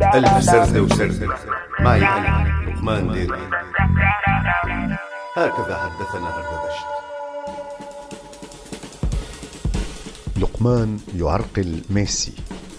ألف سردة وسردة معي أنا لقمان ديركي. هكذا حدثنا هردبشت. لقمان يعرقل ميسي.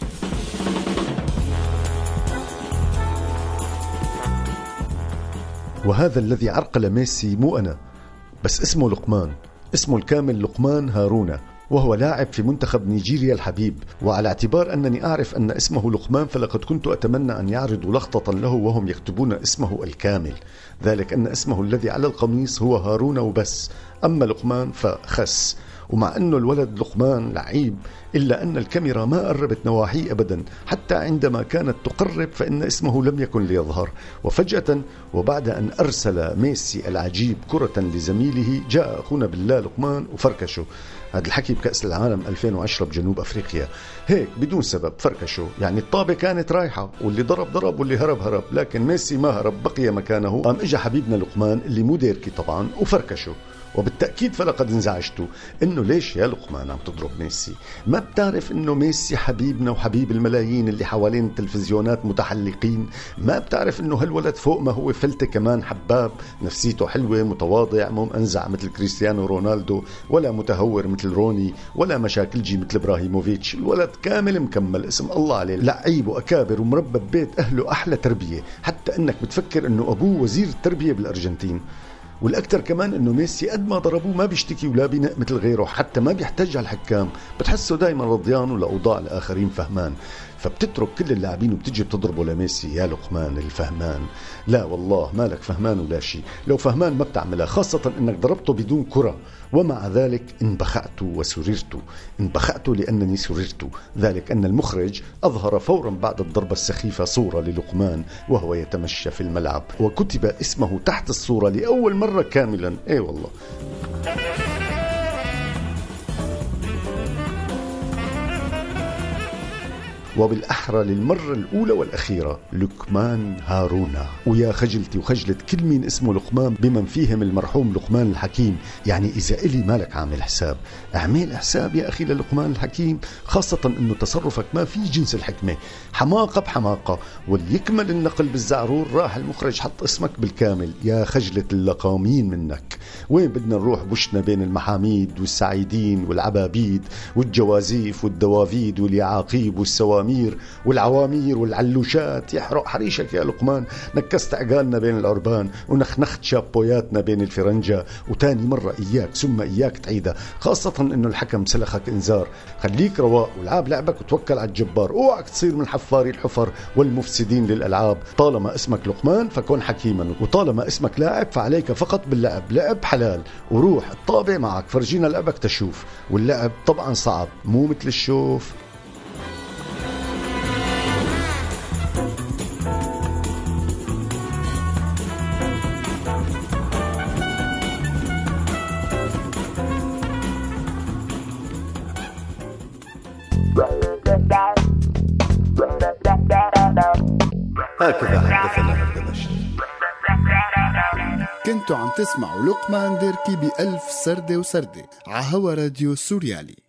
وهذا الذي عرقل ميسي مو أنا، بس اسمه لقمان، اسمه الكامل لقمان هارون، وهو لاعب في منتخب نيجيريا الحبيب. وعلى اعتبار أنني أعرف أن اسمه لقمان فلقد كنت أتمنى أن يعرضوا لخطة له وهم يكتبون اسمه الكامل، ذلك أن اسمه الذي على القميص هو هارون وبس، أما لقمان فخس. ومع أنه الولد لقمان لعيب إلا أن الكاميرا ما قربت نواحيه أبدا، حتى عندما كانت تقرب فإن اسمه لم يكن ليظهر. وفجأة وبعد أن أرسل ميسي العجيب كرة لزميله جاء أخونا بالله لقمان وفركشه. هذا الحكي بكأس العالم 2010 بجنوب أفريقيا، هيك بدون سبب فركشه، يعني الطابة كانت رايحة واللي ضرب واللي هرب، لكن ميسي ما هرب، بقي مكانه. قام إجا حبيبنا لقمان اللي مو ديركي طبعا وفركشه. وبالتأكيد فلقد انزعجتوا إنه ليش يا لقمان عم تضرب ميسي؟ ما بتعرف إنه ميسي حبيبنا وحبيب الملايين اللي حوالين التلفزيونات متحلقين؟ ما بتعرف إنه هالولد فوق ما هو فلتة كمان حباب، نفسيته حلوة، متواضع، مو أنزع مثل كريستيانو رونالدو، ولا متهور مثل روني، ولا مشاكلجي مثل إبراهيموفيتش. الولد كامل مكمل، اسم الله عليه، لعيب وأكابر ومربى ببيت أهله أحلى تربية، حتى إنك بتفكر إنه أبوه وزير التربية بالأرجنتين. والأكثر كمان إنه ميسي قد ما ضربوه ما بيشتكي ولا بينق مثل غيره، حتى ما بيحتج على الحكام، بتحسه دايما رضيان ولأوضاع الآخرين فهمان. فبتترك كل اللاعبين وبتجي بتضربه لميسي يا لقمان الفهمان. لا والله مالك فهمان ولا شيء، لو فهمان ما بتعملها، خاصة إنك ضربته بدون كرة. ومع ذلك انبخأت وسررت، انبخأت لأنني سررت، ذلك أن المخرج أظهر فورا بعد الضربة السخيفة صورة للقمان وهو يتمشى في الملعب، وكتب اسمه تحت الصورة لأول مرة كاملا. اي والله. وبالأحرى للمرة الأولى والأخيرة لقمان هارون. ويا خجلتي وخجلة كل مين اسمه لقمان بمن فيهم المرحوم لقمان الحكيم. يعني إذا إلي مالك عامل حساب، اعمل حساب يا أخي للقمان الحكيم، خاصة أنه تصرفك ما في جنس الحكمة، حماقة بحماقة. وليكمل النقل بالزعرور راح المخرج حط اسمك بالكامل. يا خجلة اللقامين منك، وين بدنا نروح بوشنا بين المحاميد والسعيدين والعبابيد والجوازيف والدوافيد واليعاقيب والسوامير والعوامير والعلوشات؟ يحرق حريشك يا لقمان، نكست عقالنا بين العربان ونخنخت شابوياتنا بين الفرنجة، وتاني مرة إياك ثم إياك تعيدها، خاصة إنه الحكم سلخك إنذار. خليك رواق والعاب لعبك وتوكل على الجبار، اوعك تصير من حفاري الحفر والمفسدين للألعاب. طالما اسمك لقمان فكن حكيما، وطالما اسمك لاعب فعليك فقط باللعب، لعب حلال، وروح الطابع معك فرجينا لعبك تشوف. واللعب طبعا صعب، مو مثل الشوف. هكذا حدثنا هردبشت. كنتوا عم تسمعوا لقمان ديركي بألف سردة وسردة عهوا راديو سوريالي.